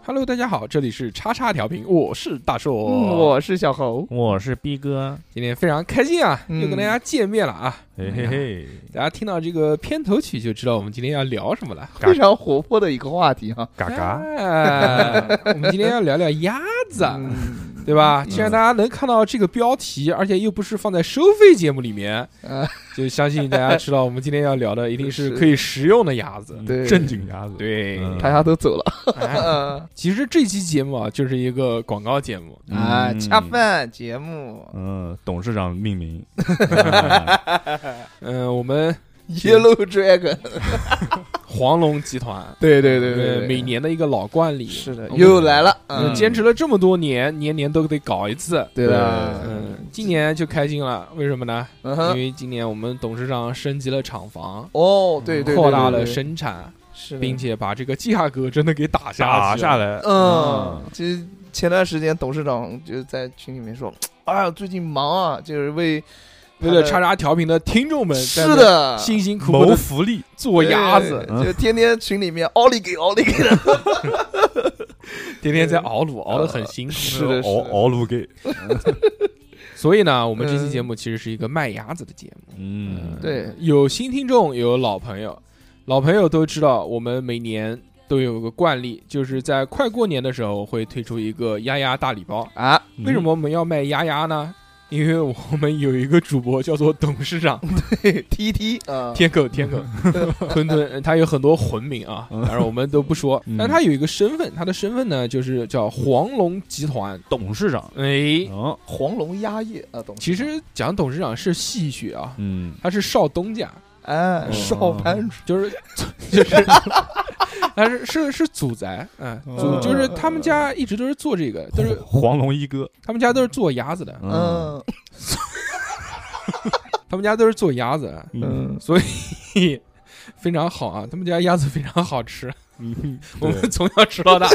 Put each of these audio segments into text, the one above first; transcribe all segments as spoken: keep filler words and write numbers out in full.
Hello， 大家好，这里是叉叉调频，我是大硕、 嗯，我是小猴， 我是逼哥， 今天非常开心啊， 嗯、 又跟大家见面了啊！ 嘿嘿嘿， 大家听到这个片头曲就知道我们今天要聊什么了， 非常活泼的一个话题哈， 嘎嘎、 哎。我们今天要聊聊鸭子，嗯、对吧？既然大家能看到这个标题，而且又不是放在收费节目里面， 嗯、 就相信大家知道我们今天要聊的一定是可以食用的鸭子， 对， 正经鸭子， 对， 嗯、 大家都走了。 哎、其实这期节目啊，就是一个广告节目啊，恰饭节目， 嗯，董事长命名， 嗯，我们 Yellow Dragon 黄龙集团， 对对对 对, 对， 每年的一个老惯例， 是的，又来了， 嗯，坚持了这么多年，年年都得搞一次， 对的， 嗯，今年就开心了，为什么呢？ 嗯、 因为今年我们董事长升级了厂房， 哦，对 对, 对， 扩大了生产。 是， 并且把这个价格真的给打下打下来。 嗯，其实前段时间董事长就在群里面说：“哎呀，最近忙啊，就是为为了叉叉调频的听众们， 是的， 辛辛苦苦谋福利做鸭子， 就天天群里面奥利给奥利给的， 天天在熬卤，熬得很辛苦， 是的， 熬熬卤给。” 所以呢，我们这期节目其实是一个卖鸭子的节目。 嗯， 对， 有新听众，有老朋友。老朋友都知道，我们每年都有个惯例，就是在快过年的时候会推出一个鸭鸭大礼包啊。 为什么我们要卖鸭鸭呢？因为我们有一个主播叫做董事长， 对 ，T T 啊， 天狗天狗，吞吞，他有很多混名啊，当然我们都不说。但他有一个身份，他的身份呢就是叫黄龙集团董事长。 哎， 哦， 黄龙鸭业啊，董事长。 其实讲董事长是戏谑啊， 嗯， 他是少东家。 哎，少班主就是就是，但是是是祖宅，嗯，祖就是他们家一直都是做这个，都是黄龙一哥， 他们家都是做鸭子的， 嗯， 他们家都是做鸭子， 嗯， 所以非常好啊，他们家鸭子非常好吃， 嗯， 我们从小吃到大。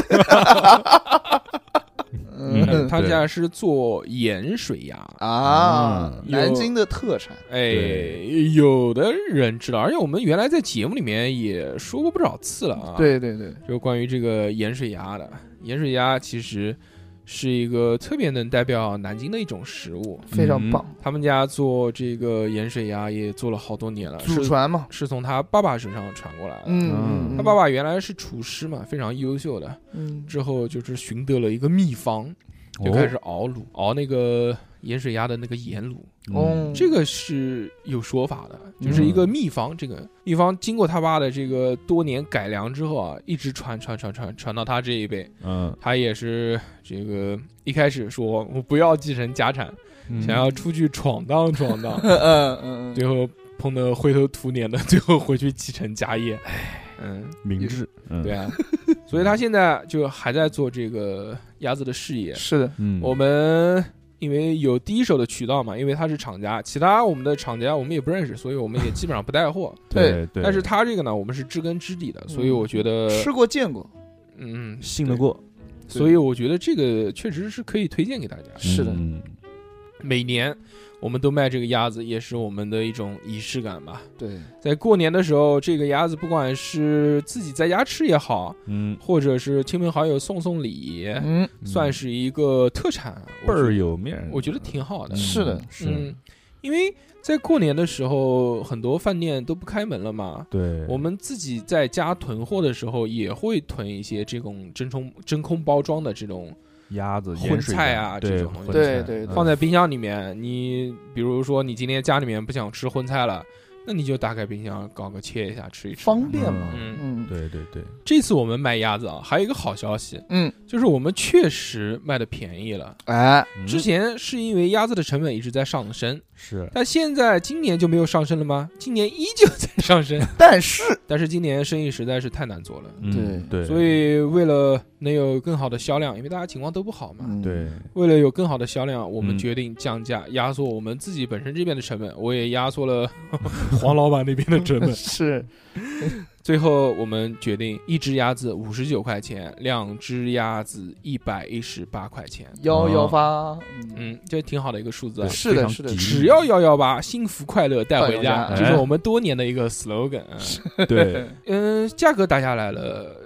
嗯， 他家是做盐水鸭啊，南京的特产。 哎，有的人知道，而且我们原来在节目里面也说过不少次了啊。 对对对， 就关于这个盐水鸭的，盐水鸭其实是一个特别能代表南京的一种食物， 非常棒。 他们家做这个盐水鸭也做了好多年了， 祖传嘛， 是从他爸爸身上传过来的。 嗯， 他爸爸原来是厨师嘛，非常优秀的。 嗯， 之后就是寻得了一个秘方，就开始熬卤，熬那个盐水鸭的那个盐卤。 哦， 这个是有说法的，就是一个秘方。这个秘方经过他爸的这个多年改良之后啊，一直传传传传传到他这一辈。 嗯， 他也是这个一开始说我不要继承家产， 嗯、 想要出去闯荡闯荡， 嗯嗯， 最后碰得灰头土脸的，最后回去继承家业。嗯， 明智， 对啊，所以他现在就还在做这个鸭子的事业。 是的， 嗯， 我们因为有第一手的渠道嘛，因为他是厂家，其他我们的厂家我们也不认识，所以我们也基本上不带货。 对对， 但是他这个呢，我们是知根知底的，所以我觉得吃过见过， 嗯， 信得过， 所以我觉得这个确实是可以推荐给大家。 是的， 嗯， 每年我们都卖这个鸭子，也是我们的一种仪式感吧。 对， 在过年的时候，这个鸭子不管是自己在家吃也好， 嗯， 或者是亲朋好友送送礼， 嗯， 算是一个特产， 倍儿有面， 我觉得挺好的。 是的， 是， 嗯，因为在过年的时候，很多饭店都不开门了嘛。 对， 我们自己在家囤货的时候，也会囤一些这种真空真空包装的这种。 鸭子、 荤菜啊，这种东西， 对对， 放在冰箱里面。你比如说，你今天家里面不想吃荤菜了，那你就打开冰箱搞个切一下吃一吃， 方便嘛。 嗯嗯， 对对对。 这次我们卖鸭子啊，还有一个好消息， 嗯， 就是我们确实卖的便宜了。 哎， 之前是因为鸭子的成本一直在上升， 是， 但现在今年就没有上升了吗？今年依旧在上升， 但是但是今年生意实在是太难做了。 对对， 所以为了能有更好的销量，因为大家情况都不好嘛， 对， 为了有更好的销量，我们决定降价，压缩我们自己本身这边的成本，我也压缩了黄老板那边的成本。 是， 最后我们决定一只鸭子五十九块钱，两只鸭子一百一十八块钱， 幺幺八， 嗯，这挺好的一个数字啊。 是的，是的， 只要幺幺八，幸福快乐带回家， 哎、 这是我们多年的一个 slogan。 对， 嗯，价格打下来了，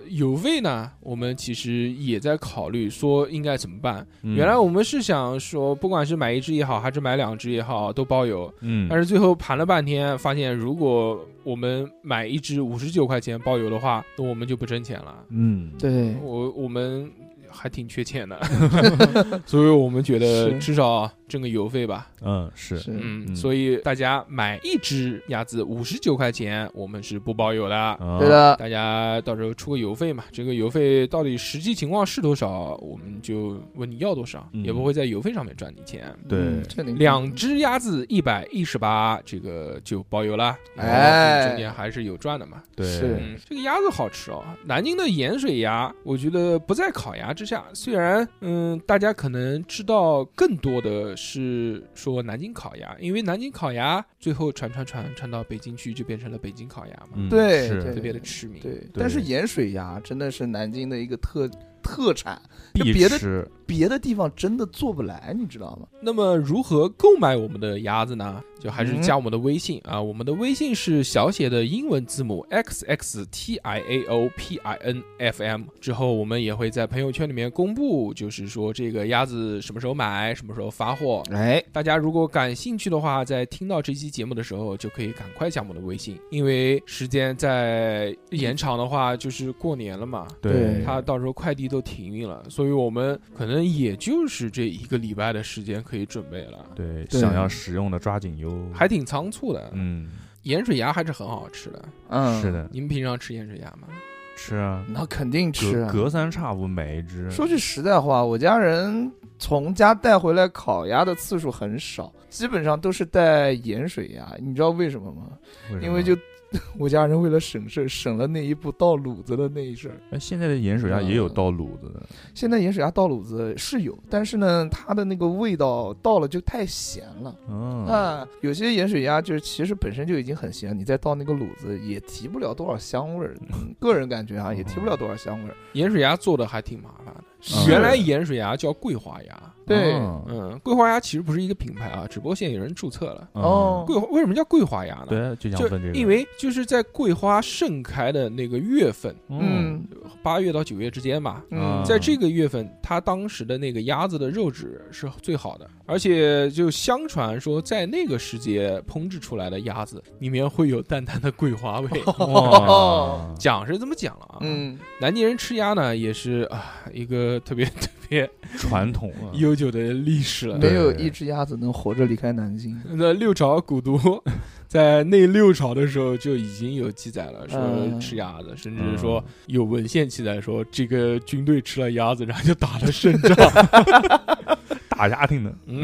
邮费呢，我们其实也在考虑说应该怎么办。 嗯原来我们是想说，不管是买一只也好，还是买两只也好，都包邮。 嗯， 但是最后盘了半天，发现如果我们买一只五十九块钱包邮的话，那我们就不挣钱了。 嗯， 对， 我我们还挺缺钱的，所以我们觉得是至少挣个邮费吧。 嗯是是嗯， 嗯所以大家买一只鸭子五十九块钱，我们是不包邮的。 啊对的， 大家到时候出个邮费嘛，这个邮费到底实际情况是多少，我们就问你要多少， 嗯也不会在邮费上面赚你钱。 对嗯这里两只鸭子一百一十八，这个就包邮了， 哎中间还是有赚的嘛。 对是嗯，这个鸭子好吃哦，南京的盐水鸭，我觉得不在烤鸭之下。虽然，嗯，大家可能知道更多的是说南京烤鸭，因为南京烤鸭最后传传传传到北京去，就变成了北京烤鸭嘛， 嗯对是对特别的驰名。 对，但是盐水鸭真的是南京的一个特特产， 必别的吃别的地方真的做不来，你知道吗？ 那么如何购买我们的鸭子呢？就还是嗯加我们的微信、啊，我们的微信是小写的英文字母 x x t i a o p i n f m。之后我们也会在朋友圈里面公布，就是说这个鸭子什么时候买，什么时候发货。 哎， 大家如果感兴趣的话，在听到这期节目的时候，就可以赶快加我们的微信，因为时间再延长的话，就是过年了嘛。 对它到时候快递都停运了，所以我们可能也就是这一个礼拜的时间可以准备了， 对， 对想要使用的抓紧哟， 还挺仓促的。 嗯盐水鸭还是很好吃的。 嗯， 是，的， 你们平常吃盐水鸭吗？ 吃啊， 那肯定吃啊。 隔隔三差五买一只， 说句实在话，我家人从家带回来烤鸭的次数很少，基本上都是带盐水鸭。你知道为什么吗？ 为什么因为就我家人为了省事，省了那一步倒卤子的那一事儿。 哎，现在的盐水鸭也有倒卤子的， 现在盐水鸭倒卤子是有，但是呢，它的那个味道到了就太咸了。 嗯啊，有些盐水鸭就是其实本身就已经很咸，你再倒那个卤子也提不了多少香味儿。嗯个人感觉啊，也提不了多少香味儿。 盐水鸭做的还挺麻烦的。 是原来盐水鸭叫桂花鸭， 对嗯嗯，桂花鸭其实不是一个品牌啊，只不过现在有人注册了。 哦桂花为什么叫桂花鸭呢？ 对，就想就问这个， 因为就是在桂花盛开的那个月份， 嗯八月到九月之间吧， 嗯， 在这个月份，它当时的那个鸭子的肉质是最好的，而且就相传说，在那个时节烹制出来的鸭子里面会有淡淡的桂花味。 哇， 讲是这么讲了啊， 嗯， 南京人吃鸭呢，也是啊一个特别特别传统啊， 悠久的历史了。 没有一只鸭子能活着离开南京。 那六朝古都在内六朝的时候就已经有记载了，说嗯吃鸭子，甚至说有文献记载说这个军队吃了鸭子，然后就打了胜仗。 大家庭的， 嗯，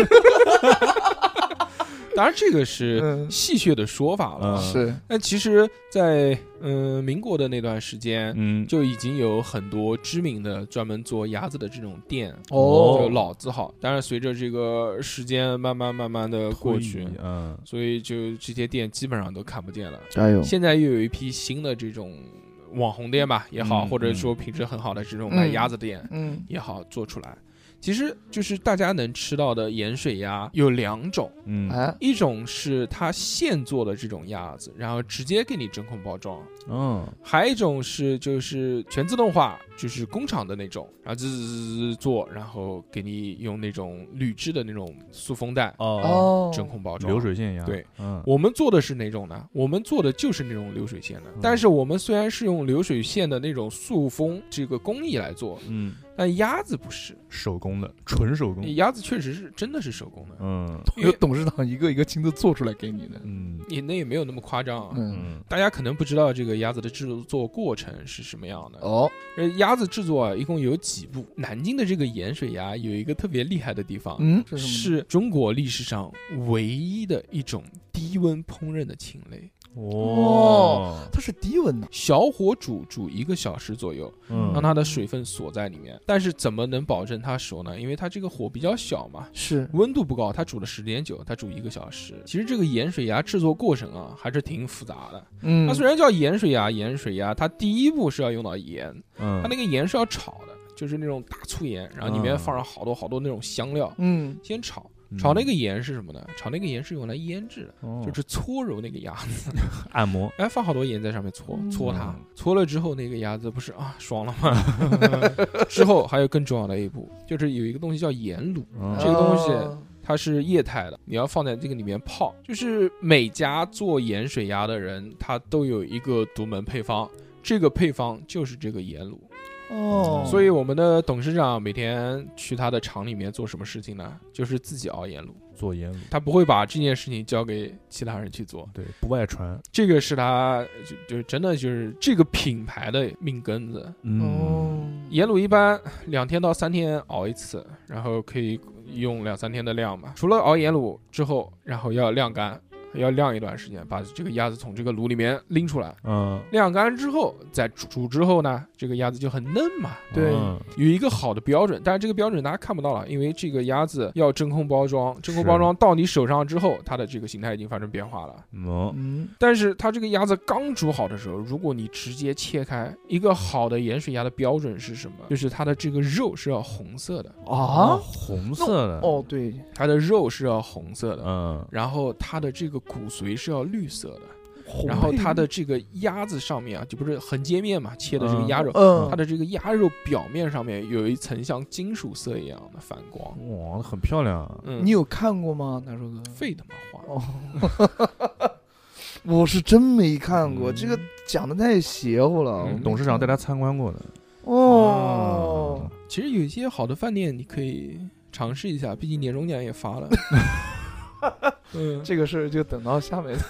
当然这个是嗯， 戏谑的说法了。 嗯是， 但其实在，嗯、民国的那段时间， 嗯， 就已经有很多知名的专门做鸭子的这种店， 哦就老字号。当然，随着这个时间慢慢慢慢的过去， 嗯， 所以就这些店基本上都看不见了。 加油。 现在又有一批新的这种网红店吧也好， 嗯或者说品质很好的这种卖鸭子店嗯也好做出来。其实就是大家能吃到的盐水鸭有两种， 嗯， 哎， 一种是它现做的这种鸭子，然后直接给你真空包装； 嗯， 还有一种是就是全自动化，就是工厂的那种，然后滋滋滋滋做，然后给你用那种铝制的那种塑封袋哦， 哦， 真空包装。 流水线鸭， 对， 嗯， 我们做的是哪种呢？我们做的就是那种流水线的，但是我们虽然是用流水线的那种塑封这个工艺来做， 嗯， 但鸭子不是， 手工的，纯手工， 鸭子确实是真的是手工的， 嗯有董事长一个一个亲自做出来给你的。 嗯也那也没有那么夸张啊。 嗯， 嗯， 大家可能不知道这个鸭子的制作过程是什么样的。 哦， 呃，鸭子制作啊，一共有几步。南京的这个盐水鸭有一个特别厉害的地方， 嗯，是什么呢？ 是中国历史上唯一的一种低温烹饪的禽类。 哦， 它是低温的。 小火煮煮一个小时左右， 嗯， 让它的水分锁在里面。但是怎么能保证它熟呢？因为它这个火比较小嘛， 是， 温度不高，它煮的时间久，它煮一个小时。其实这个盐水鸭制作过程啊，还是挺复杂的。 嗯， 它虽然叫盐水鸭，盐水鸭它第一步是要用到盐， 嗯， 它那个盐是要炒的，就是那种大粗盐，然后里面放上好多好多那种香料， 嗯， 先炒。 炒那个盐是什么呢？炒那个盐是用来腌制的， 哦就是搓揉那个鸭子， 按摩， 哎，放好多盐在上面搓嗯搓它，搓了之后那个鸭子不是啊爽了吗？之后还有更重要的一步，就是有一个东西叫盐卤， 嗯这个东西哦它是液态的，你要放在这个里面泡。就是每家做盐水鸭的人，他都有一个独门配方，这个配方就是这个盐卤。 哦， 所以我们的董事长每天去他的厂里面做什么事情呢？就是自己熬盐卤， 做盐卤， 他不会把这件事情交给其他人去做。 对，不外传。 这个是他就就真的就是这个品牌的命根子。 嗯， 哦， 盐卤一般两天到三天熬一次，然后可以用两三天的量嘛。除了熬盐卤之后，然后要晾干，要晾一段时间，把这个鸭子从这个炉里面拎出来。 嗯， 晾干之后再煮，煮之后呢，这个鸭子就很嫩嘛。 对嗯有一个好的标准，但是这个标准大家看不到了，因为这个鸭子要真空包装，真空包装到你手上之后，它的这个形态已经发生变化了。 嗯， 嗯， 但是它这个鸭子刚煮好的时候，如果你直接切开，一个好的盐水鸭的标准是什么？就是它的这个肉是要红色的， 啊， 红色的， 哦，对， 它的肉是要红色的， 嗯， 然后它的这个骨髓是要绿色的， 红然后配它的这个鸭子上面啊，就不是横截面嘛，切的这个鸭肉， 嗯它的这个鸭肉表面上面有一层像金属色一样的反光。 哇，很漂亮啊。 嗯， 你有看过吗，大叔哥？ 废他妈话！ 哦，我是真没看过， 嗯这个讲的太邪乎了。 嗯我没董事长带他参观过的。 哦， 其实有一些好的饭店你可以尝试一下，毕竟年终奖也发了。嗯， 这个事儿就等到下面。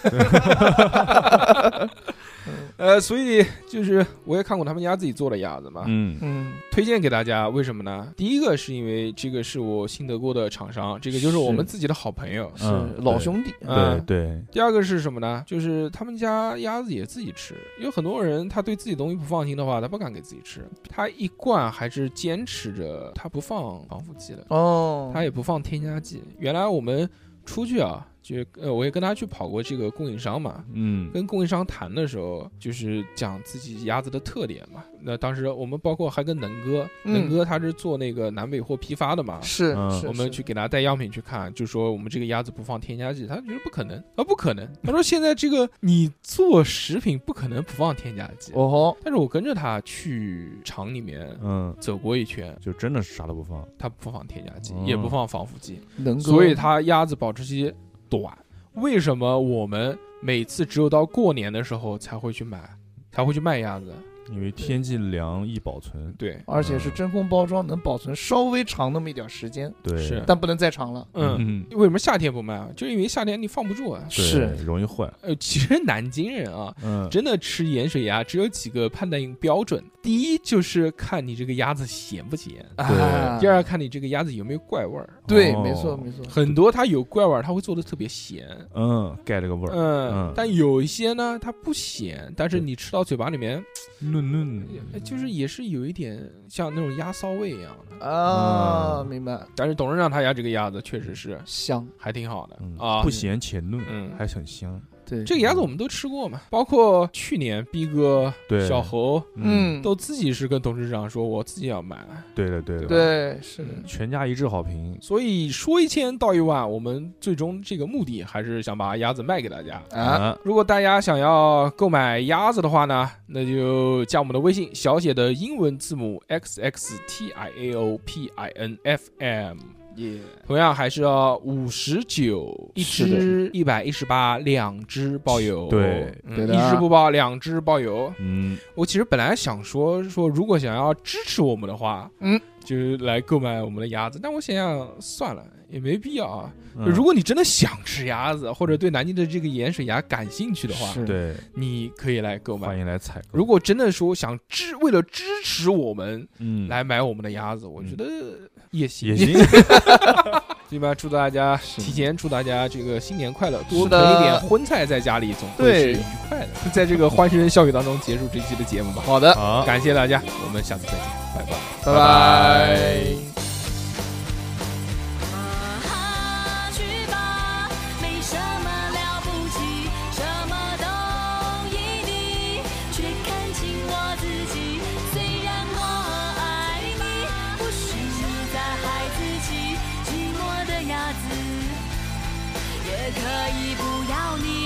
呃，所以就是我也看过他们家自己做的鸭子嘛， 嗯嗯， 推荐给大家。为什么呢？第一个是因为这个是我新德国的厂商，这个就是我们自己的好朋友。 是嗯老兄弟。 对嗯对， 第二个是什么呢？就是他们家鸭子也自己吃。有很多人他对自己东西不放心的话，他不敢给自己吃。他一贯还是坚持着，他不放防腐剂的， 哦， 他也不放添加剂。原来我们出去啊，就呃，我也跟他去跑过这个供应商嘛。 嗯跟供应商谈的时候，就是讲自己鸭子的特点嘛。那当时我们包括还跟能哥， 嗯能哥他是做那个南北货批发的嘛。 是嗯是， 我们是去给他带样品去看，就说我们这个鸭子不放添加剂，他觉得不可能啊，不可能。他说现在这个你做食品不可能不放添加剂。 哦吼， 但是我跟着他去厂里面嗯， 走过一圈， 就真的是啥都不放。 他不放添加剂， 哦也不放防腐剂， 能够， 所以它鸭子保质期短。为什么我们每次只有到过年的时候才会去买，才会去卖鸭子？ 因为天气凉易保存。 对， 而且是真空包装，能保存稍微长那么一点时间， 对， 是但不能再长了。 嗯， 嗯， 为什么夏天不卖啊？就是因为夏天你放不住啊。 对是容易坏。 呃，其实南京人啊， 嗯， 真的吃盐水鸭只有几个判断标准：第一就是看你这个鸭子咸不咸； 啊第二看你这个鸭子有没有怪味儿。 对， 哦没错没错， 很多它有怪味儿，它会做的特别咸。 嗯，盖了个味儿， 嗯嗯， 但有一些呢，它不咸，但是对你吃到嘴巴里面， 嫩嫩的。 呃就是也是有一点像那种鸭骚味一样的。 啊， 嗯明白， 但是董事长他家这个鸭子确实是香， 还挺好的嗯啊， 不咸且嫩， 嗯还很香。 对， 这个鸭子我们都吃过嘛，包括去年逼哥、 对小猴嗯， 都自己是跟董事长说，我自己要买。 对的对的， 对，是的， 全家一致好评。 所以说一千道一万，我们最终这个目的还是想把鸭子卖给大家。 啊， 如果大家想要购买鸭子的话呢，那就加我们的微信，小写的英文字母 x x t i a o p i n f m。 耶， 同样还是要五十九一是只，一百一十八两只包邮。 对嗯对的一只不包，两只包邮。 嗯， 我其实本来想说说，如果想要支持我们的话， 嗯， 就是来购买我们的鸭子。但我想想算了，也没必要啊。 嗯如果你真的想吃鸭子，或者对南京的这个盐水鸭感兴趣的话， 是对， 你可以来购欢买。 迎来采购。 如果真的说想支，为了支持我们嗯来买我们的鸭子，我觉得也行。 也行， 对吧？祝大家是提前祝大家这个新年快乐，多囤是的一点荤菜在家里，总会对是愉快的。在这个欢声笑语当中结束这一期的节目吧。 好的， 好， 感谢大家，我们下次再见，拜拜。 拜拜。 啊，去吧，没什么了不起，什么都依你，却看清我自己。虽然我爱你，不是你在孩子气，寂寞的鸭子。 可以不要你。